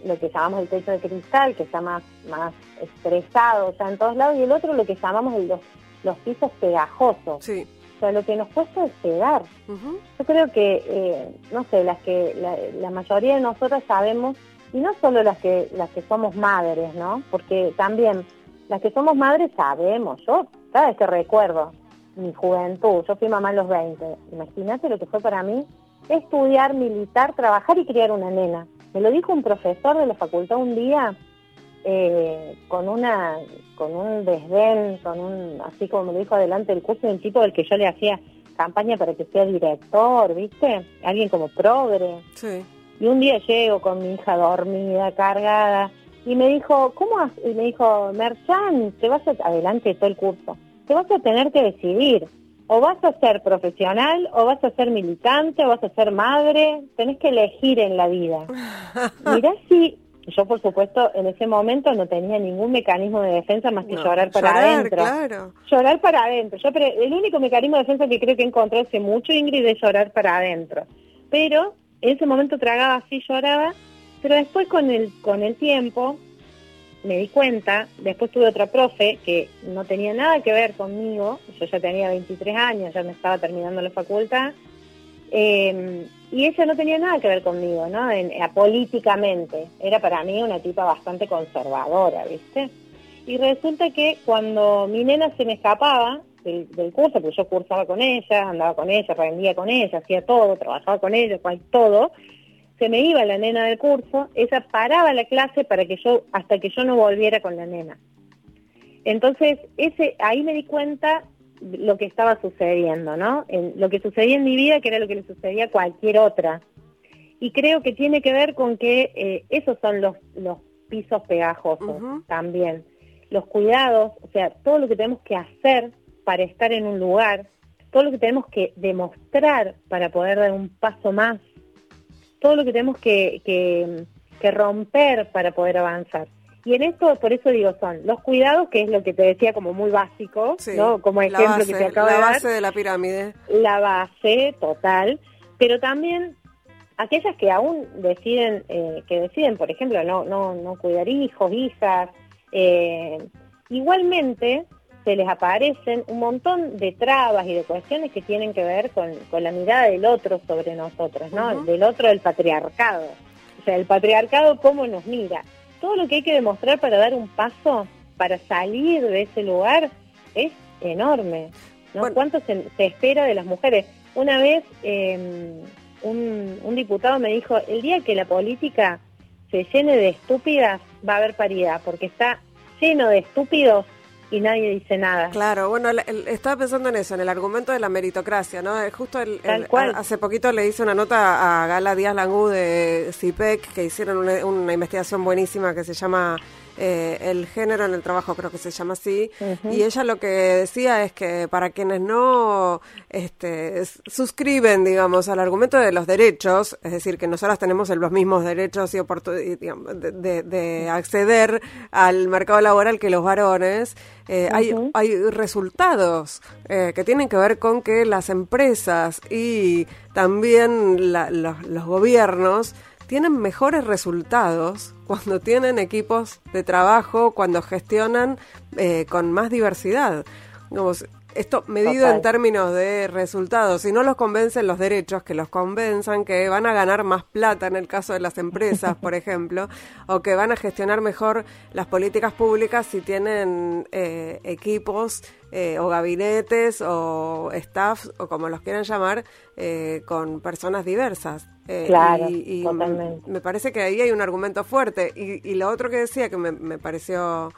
lo que llamamos el techo de cristal, que está más estresado, ya en todos lados, y el otro lo que llamamos los pisos pegajosos. Sí. O sea, lo que nos cuesta es pegar. Yo creo que, no sé, la mayoría de nosotras sabemos, y no solo las que somos madres, ¿no? Porque también las que somos madres sabemos. Yo, cada vez que recuerdo mi juventud, yo fui mamá a los 20, imagínate lo que fue para mí estudiar, militar, trabajar y criar una nena. Me lo dijo un profesor de la facultad un día, con un desdén, así como me lo dijo adelante del curso, un tipo del que yo le hacía campaña para que sea director, ¿viste? Alguien como progre. Sí. Y un día llego con mi hija dormida, cargada, y me dijo, y me dijo, Merchan, adelante de todo el curso, te vas a tener que decidir, o vas a ser profesional, o vas a ser militante, o vas a ser madre, tenés que elegir en la vida. Mirá si... Yo, por supuesto, en ese momento no tenía ningún mecanismo de defensa más que llorar para adentro. Claro. Llorar para adentro. El único mecanismo de defensa que creo que encontré hace mucho, Ingrid, es llorar para adentro. Pero en ese momento tragaba así, lloraba, pero después con el tiempo me di cuenta, después tuve otra profe que no tenía nada que ver conmigo, yo ya tenía 23 años, ya me estaba terminando la facultad, y ella no tenía nada que ver conmigo, ¿no? Políticamente. Era para mí una tipa bastante conservadora, ¿viste? Y resulta que cuando mi nena se me escapaba del curso, porque yo cursaba con ella, andaba con ella, rendía con ella, hacía todo, trabajaba con ella, todo, se me iba la nena del curso, ella paraba la clase hasta que yo no volviera con la nena. Entonces, ahí me di cuenta lo que estaba sucediendo, ¿no? Lo que sucedía en mi vida, que era lo que le sucedía a cualquier otra. Y creo que tiene que ver con que esos son los pisos pegajosos también. Los cuidados, o sea, todo lo que tenemos que hacer para estar en un lugar, todo lo que tenemos que demostrar para poder dar un paso más, todo lo que tenemos que romper para poder avanzar. Y en esto, por eso digo, son los cuidados, que es lo que te decía como muy básico, sí, ¿no? Como ejemplo que te acabo de dar. La base de la pirámide. La base, total. Pero también aquellas que aún deciden, por ejemplo, no cuidar hijos, hijas, igualmente se les aparecen un montón de trabas y de cuestiones que tienen que ver con la mirada del otro sobre nosotros, ¿no? Del otro, del patriarcado. O sea, el patriarcado, cómo nos mira. Todo lo que hay que demostrar para dar un paso, para salir de ese lugar, es enorme, ¿no? Bueno. ¿Cuánto se espera de las mujeres? Una vez un diputado me dijo, el día que la política se llene de estúpidas, va a haber paridad, porque está lleno de estúpidos y nadie dice nada. Claro, bueno, estaba pensando en eso, en el argumento de la meritocracia, ¿no? Justo hace poquito le hice una nota a Gala Díaz Langú de CIPEC, que hicieron una investigación buenísima que se llama El género en el trabajo, creo que se llama así, y ella lo que decía es que para quienes no suscriben, digamos, al argumento de los derechos, es decir, que nosotras tenemos los mismos derechos y oportunidades de acceder al mercado laboral que los varones, hay resultados que tienen que ver con que las empresas y también los gobiernos tienen mejores resultados cuando tienen equipos de trabajo, cuando gestionan con más diversidad. Digamos, esto medido en términos de resultados, si no los convencen los derechos, que los convenzan que van a ganar más plata en el caso de las empresas, por ejemplo, o que van a gestionar mejor las políticas públicas si tienen equipos o gabinetes o staff, o como los quieran llamar, con personas diversas. Claro, y totalmente. Me parece que ahí hay un argumento fuerte. Y lo otro que decía, que me pareció...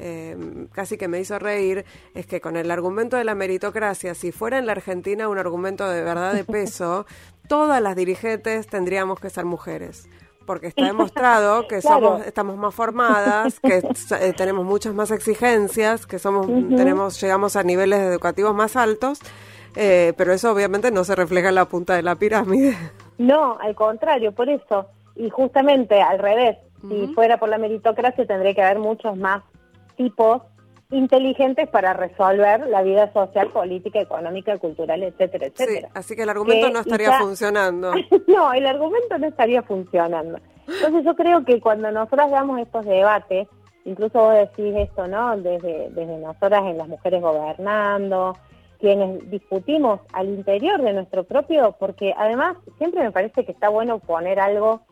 casi que me hizo reír, es que con el argumento de la meritocracia, si fuera en la Argentina un argumento de verdad de peso, todas las dirigentes tendríamos que ser mujeres, porque está demostrado que claro. estamos más formadas, que tenemos muchas más exigencias, que llegamos a niveles educativos más altos, pero eso obviamente no se refleja en la punta de la pirámide. No, al contrario, por eso, y justamente al revés, si fuera por la meritocracia tendría que haber muchos más tipos inteligentes para resolver la vida social, política, económica, cultural, etcétera, etcétera. Sí, así que el argumento no estaría funcionando. No, el argumento no estaría funcionando. Entonces yo creo que cuando nosotras damos estos debates, incluso vos decís esto, ¿no? Desde nosotras en las mujeres gobernando, quienes discutimos al interior de nuestro propio, porque además siempre me parece que está bueno poner algo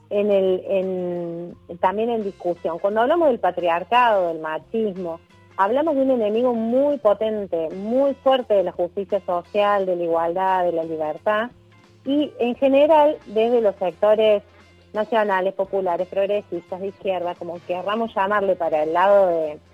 también en discusión. Cuando hablamos del patriarcado, del machismo, hablamos de un enemigo muy potente, muy fuerte de la justicia social, de la igualdad, de la libertad, y en general desde los sectores nacionales, populares, progresistas, de izquierda, como querramos llamarle para el lado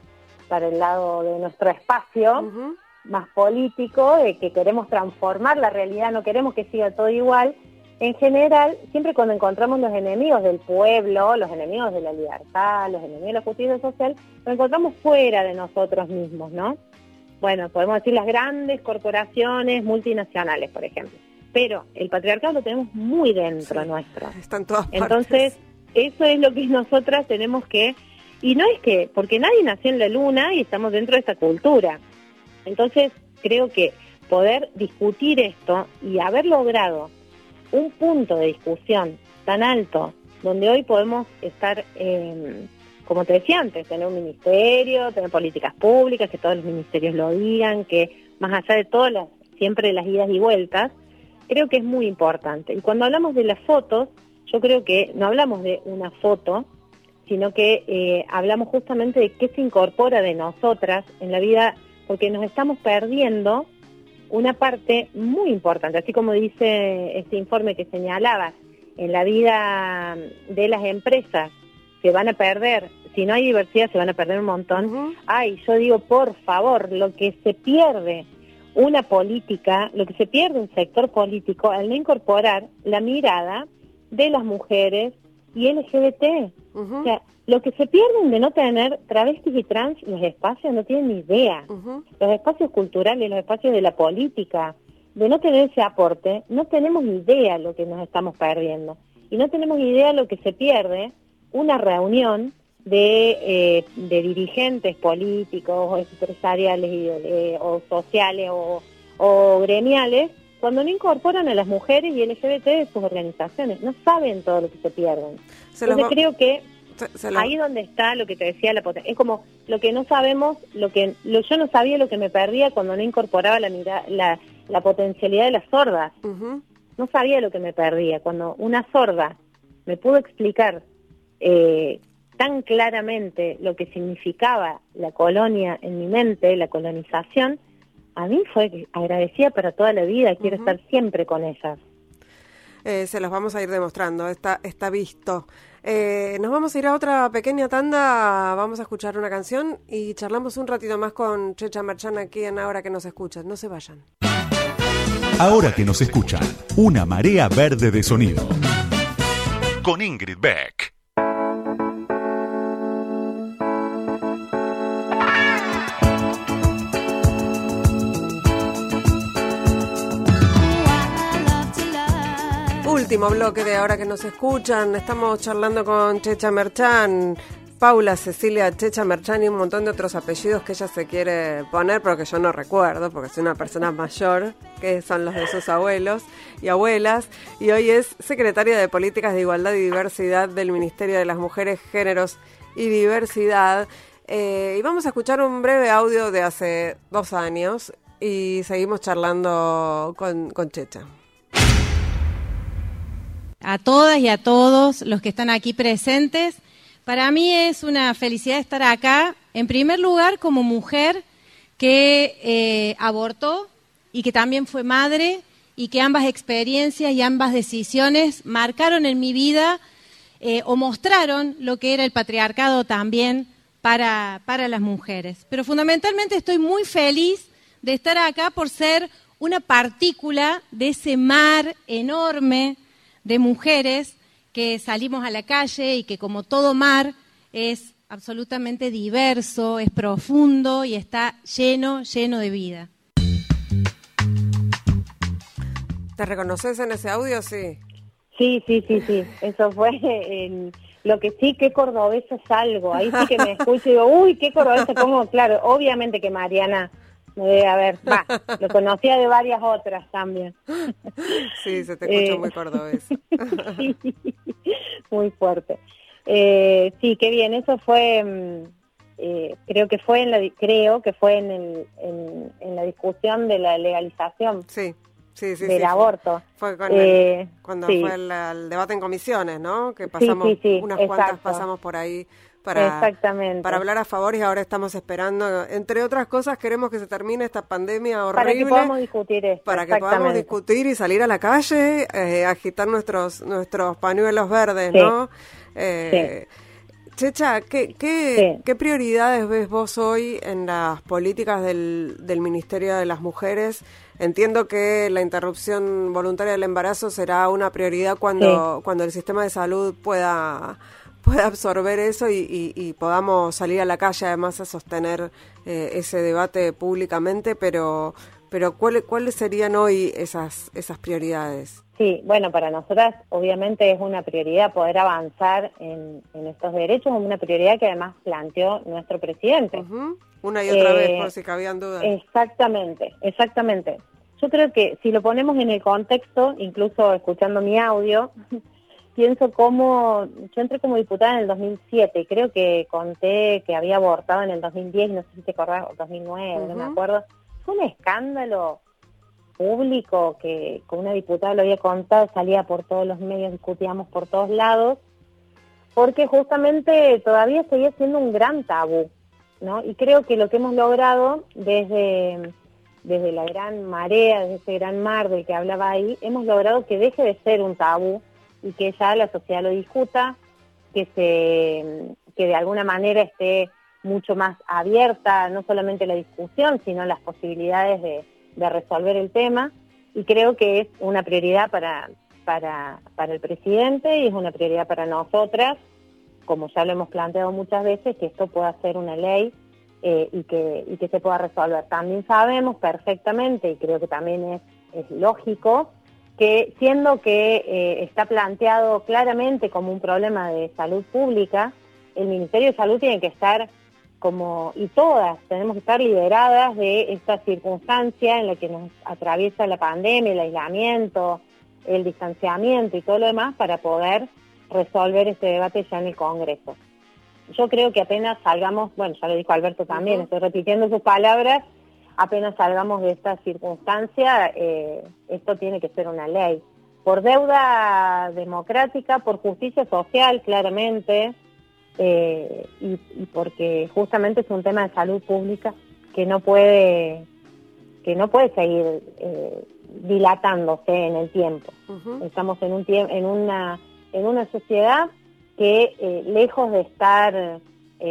de nuestro espacio, más político, de que queremos transformar la realidad, no queremos que siga todo igual. En general, siempre cuando encontramos los enemigos del pueblo, los enemigos de la libertad, los enemigos de la justicia social, los encontramos fuera de nosotros mismos, ¿no? Bueno, podemos decir las grandes corporaciones multinacionales, por ejemplo. Pero el patriarcado lo tenemos muy dentro nuestro. Está en todas partes. Entonces, eso es lo que nosotras tenemos que... Y no es que... Porque nadie nació en la luna y estamos dentro de esta cultura. Entonces, creo que poder discutir esto y haber logrado un punto de discusión tan alto, donde hoy podemos estar, como te decía antes, tener un ministerio, tener políticas públicas, que todos los ministerios lo digan, que más allá de todas siempre las idas y vueltas, creo que es muy importante. Y cuando hablamos de las fotos, yo creo que no hablamos de una foto, sino que hablamos justamente de qué se incorpora de nosotras en la vida, porque nos estamos perdiendo una parte muy importante, así como dice este informe que señalaba, en la vida de las empresas se van a perder, si no hay diversidad se van a perder un montón. Ay, yo digo, por favor, lo que se pierde una política, lo que se pierde un sector político al no incorporar la mirada de las mujeres y LGBT. O sea, lo que se pierden de no tener travestis y trans, los espacios no tienen ni idea. Los espacios culturales, los espacios de la política, de no tener ese aporte, no tenemos ni idea lo que nos estamos perdiendo. Y no tenemos idea lo que se pierde una reunión de dirigentes políticos o empresariales o sociales o gremiales cuando no incorporan a las mujeres y LGBT de sus organizaciones. No saben todo lo que se pierden. Entonces creo que ahí donde está lo que te decía la potencia. Es como lo que no sabemos, yo no sabía lo que me perdía cuando no incorporaba la potencialidad de las sordas. No sabía lo que me perdía. Cuando una sorda me pudo explicar tan claramente lo que significaba la colonia en mi mente, la colonización, a mí fue agradecida para toda la vida. Quiero estar siempre con ellas. Se los vamos a ir demostrando, está visto. Nos vamos a ir a otra pequeña tanda, vamos a escuchar una canción y charlamos un ratito más con Checha Merchan aquí en Ahora que nos escuchan. No se vayan. Ahora que nos escuchan, una marea verde de sonido. Con Ingrid Beck. Último bloque de Ahora que nos escuchan, estamos charlando con Checha Merchan, Paula Cecilia Checha Merchan y un montón de otros apellidos que ella se quiere poner, pero que yo no recuerdo, porque soy una persona mayor, que son los de sus abuelos y abuelas, y hoy es secretaria de Políticas de Igualdad y Diversidad del Ministerio de las Mujeres, Géneros y Diversidad. Y vamos a escuchar un breve audio de hace 2 años y seguimos charlando con Checha. A todas y a todos los que están aquí presentes, para mí es una felicidad estar acá, en primer lugar como mujer que abortó y que también fue madre y que ambas experiencias y ambas decisiones marcaron en mi vida o mostraron lo que era el patriarcado también para las mujeres. Pero fundamentalmente estoy muy feliz de estar acá por ser una partícula de ese mar enorme de mujeres que salimos a la calle y que como todo mar es absolutamente diverso, es profundo y está lleno de vida. ¿Te reconoces en ese audio? Sí. Sí. Eso fue lo que sí, qué cordobesa salgo. Ahí sí que me escucho y digo, uy, qué cordobesa pongo. Claro, obviamente que Mariana A ver, lo conocía de varias otras también. Sí, se te escucha muy cordobés. Sí, muy fuerte. Sí, qué bien, eso fue, creo que fue en la discusión de la legalización. Sí. Del aborto. Fue cuando sí. fue el debate en comisiones, ¿no? Que pasamos, unas cuantas pasamos por ahí para hablar a favor, y ahora estamos esperando, entre otras cosas, queremos que se termine esta pandemia horrible. Para que podamos discutir esto. Para que podamos discutir y salir a la calle, agitar nuestros pañuelos verdes, ¿no? Sí. Checha, ¿qué prioridades ves vos hoy en las políticas del Ministerio de las Mujeres? Entiendo que la interrupción voluntaria del embarazo será una prioridad cuando el sistema de salud pueda absorber eso y podamos salir a la calle, además, a sostener ese debate públicamente, pero ¿cuáles serían hoy esas prioridades? Sí, bueno, para nosotras obviamente es una prioridad poder avanzar en estos derechos, es una prioridad que además planteó nuestro presidente. Una y otra vez, por si cabían dudas. Exactamente. Yo creo que si lo ponemos en el contexto, incluso escuchando mi audio, pienso yo entré como diputada en el 2007, creo que conté que había abortado en el 2010, no sé si te acordás, o 2009, no me acuerdo. Fue un escándalo público que con una diputada lo había contado, salía por todos los medios, discutíamos por todos lados, porque justamente todavía seguía siendo un gran tabú, ¿no? Y creo que lo que hemos logrado desde la gran marea, desde ese gran mar del que hablaba ahí, hemos logrado que deje de ser un tabú y que ya la sociedad lo discuta, que de alguna manera esté mucho más abierta, no solamente la discusión, sino las posibilidades de resolver el tema, y creo que es una prioridad para el presidente y es una prioridad para nosotras, como ya lo hemos planteado muchas veces, que esto pueda ser una ley y que se pueda resolver. También sabemos perfectamente, y creo que también es lógico, que siendo que está planteado claramente como un problema de salud pública, el Ministerio de Salud tiene que estar y todas tenemos que estar liberadas de esta circunstancia en la que nos atraviesa la pandemia, el aislamiento, el distanciamiento y todo lo demás, para poder resolver este debate ya en el Congreso. Yo creo que apenas salgamos, bueno, ya lo dijo Alberto también, estoy repitiendo sus palabras, apenas salgamos de esta circunstancia, esto tiene que ser una ley. Por deuda democrática, por justicia social, claramente, y porque justamente es un tema de salud pública que no puede seguir dilatándose en el tiempo. Estamos en una sociedad que lejos de estar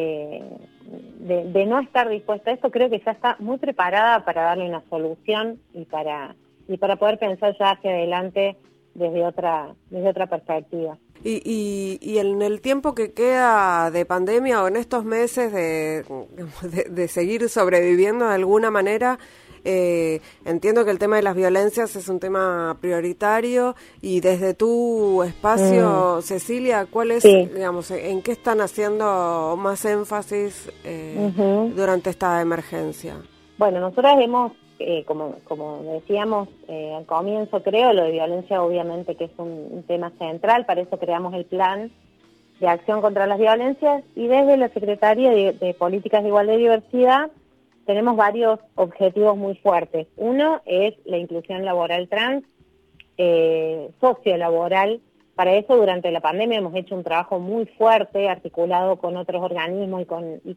de no estar dispuesta a esto, creo que ya está muy preparada para darle una solución y para poder pensar ya hacia adelante desde otra perspectiva. Y en el tiempo que queda de pandemia, o en estos meses de seguir sobreviviendo de alguna manera, entiendo que el tema de las violencias es un tema prioritario, y desde tu espacio, Cecilia, ¿cuál es, digamos, en qué están haciendo más énfasis durante esta emergencia? Bueno, nosotras hemos, como decíamos al comienzo, creo, lo de violencia obviamente que es un tema central, para eso creamos el plan de acción contra las violencias, y desde la Secretaría de Políticas de Igualdad y Diversidad tenemos varios objetivos muy fuertes. Uno es la inclusión laboral trans, sociolaboral. Para eso, durante la pandemia hemos hecho un trabajo muy fuerte, articulado con otros organismos y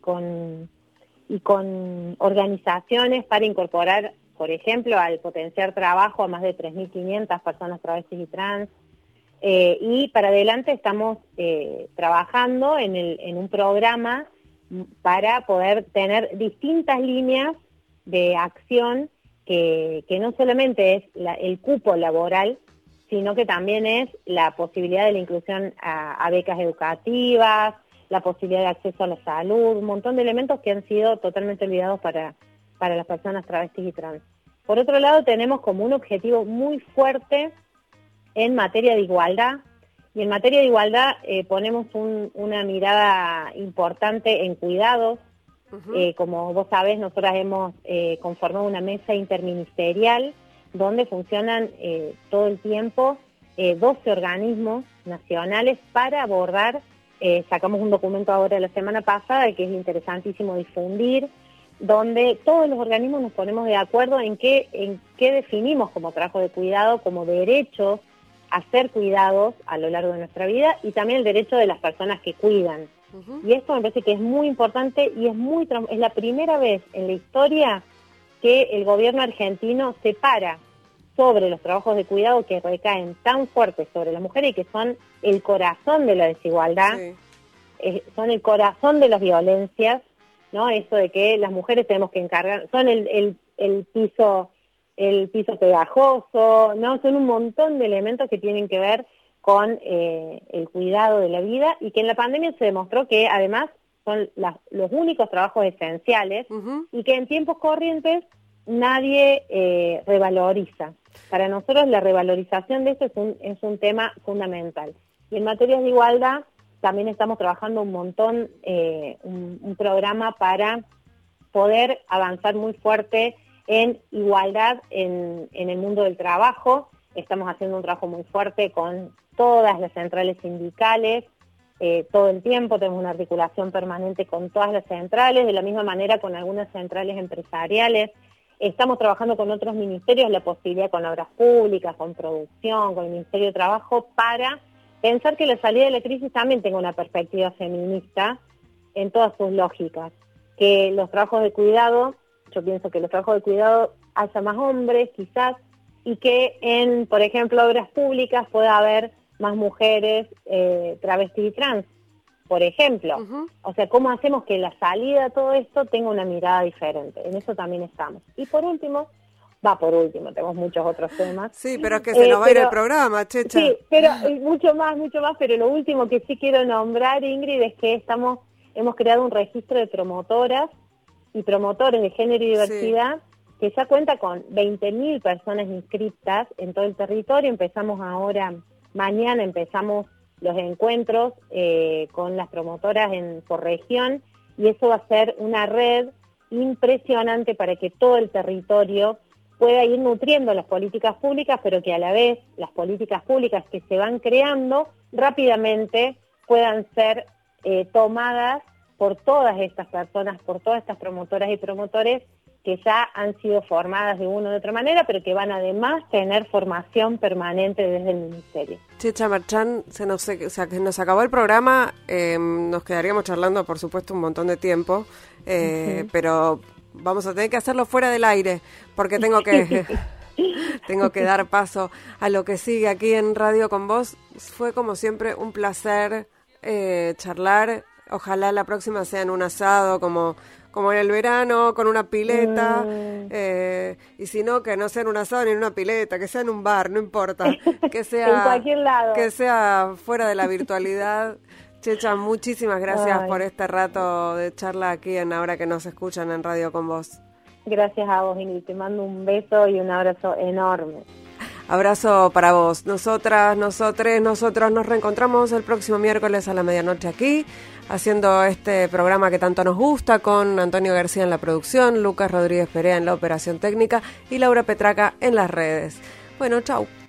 con organizaciones para incorporar, por ejemplo, al potenciar trabajo a más de 3.500 personas travestis y trans. Y para adelante estamos trabajando en un programa para poder tener distintas líneas de acción que no solamente es el cupo laboral, sino que también es la posibilidad de la inclusión a becas educativas, la posibilidad de acceso a la salud, un montón de elementos que han sido totalmente olvidados para las personas travestis y trans. Por otro lado, tenemos como un objetivo muy fuerte en materia de igualdad, y en materia de igualdad ponemos una mirada importante en cuidados, Como vos sabés, nosotras hemos conformado una mesa interministerial donde funcionan todo el tiempo 12 organismos nacionales para abordar, sacamos un documento ahora la semana pasada que es interesantísimo difundir, donde todos los organismos nos ponemos de acuerdo en qué definimos como trabajo de cuidado, como derechos a ser cuidados a lo largo de nuestra vida y también el derecho de las personas que cuidan. Y esto me parece que es muy importante y es la primera vez en la historia que el gobierno argentino se para sobre los trabajos de cuidado que recaen tan fuertes sobre las mujeres y que son el corazón de la desigualdad, son el corazón de las violencias, ¿no? Eso de que las mujeres tenemos que encargar, son el piso pegajoso, ¿no? Son un montón de elementos que tienen que ver con el cuidado de la vida y que en la pandemia se demostró que además son los únicos trabajos esenciales y que en tiempos corrientes nadie revaloriza. Para nosotros la revalorización de esto es un tema fundamental. Y en materia de igualdad también estamos trabajando un montón, un programa para poder avanzar muy fuerte en igualdad en el mundo del trabajo. Estamos haciendo un trabajo muy fuerte con todas las centrales sindicales, todo el tiempo tenemos una articulación permanente con todas las centrales, de la misma manera con algunas centrales empresariales. Estamos trabajando con otros ministerios, la posibilidad con obras públicas, con producción, con el Ministerio de Trabajo, para pensar que la salida de la crisis también tenga una perspectiva feminista en todas sus lógicas. Que los trabajos de cuidado, yo pienso que los trabajos de cuidado haya más hombres quizás, y que en, por ejemplo, obras públicas pueda haber más mujeres travestis y trans, por ejemplo. O sea, ¿cómo hacemos que la salida de todo esto tenga una mirada diferente? En eso también estamos. Y por último, tenemos muchos otros temas. Sí, pero es que se nos va a ir el programa, Checha. Sí, pero mucho más, pero lo último que sí quiero nombrar, Ingrid, es que hemos creado un registro de promotoras y promotores de género y diversidad, que ya cuenta con 20.000 personas inscritas en todo el territorio. Empezamos ahora, mañana empezamos los encuentros con las promotoras por región, y eso va a ser una red impresionante para que todo el territorio pueda ir nutriendo las políticas públicas, pero que a la vez las políticas públicas que se van creando rápidamente puedan ser tomadas por todas estas personas, por todas estas promotoras y promotores que ya han sido formadas de una u otra manera, pero que van además tener formación permanente desde el Ministerio. Checha Marchán, se nos acabó el programa, nos quedaríamos charlando, por supuesto, un montón de tiempo, pero vamos a tener que hacerlo fuera del aire, porque tengo que dar paso a lo que sigue aquí en Radio con Vos. Fue como siempre un placer charlar. Ojalá la próxima sea en un asado, como en el verano, con una pileta, y si no, que no sea en un asado ni en una pileta, que sea en un bar, no importa, que sea en cualquier lado, que sea fuera de la virtualidad. Checha, muchísimas gracias por este rato de charla aquí en Ahora que nos escuchan en Radio con Vos. Gracias a vos, Ingrid, te mando un beso y un abrazo enorme. Abrazo para vos. Nosotros nos reencontramos el próximo miércoles a la medianoche aquí, haciendo este programa que tanto nos gusta, con Antonio García en la producción, Lucas Rodríguez Perea en la operación técnica y Laura Petraca en las redes. Bueno, chau.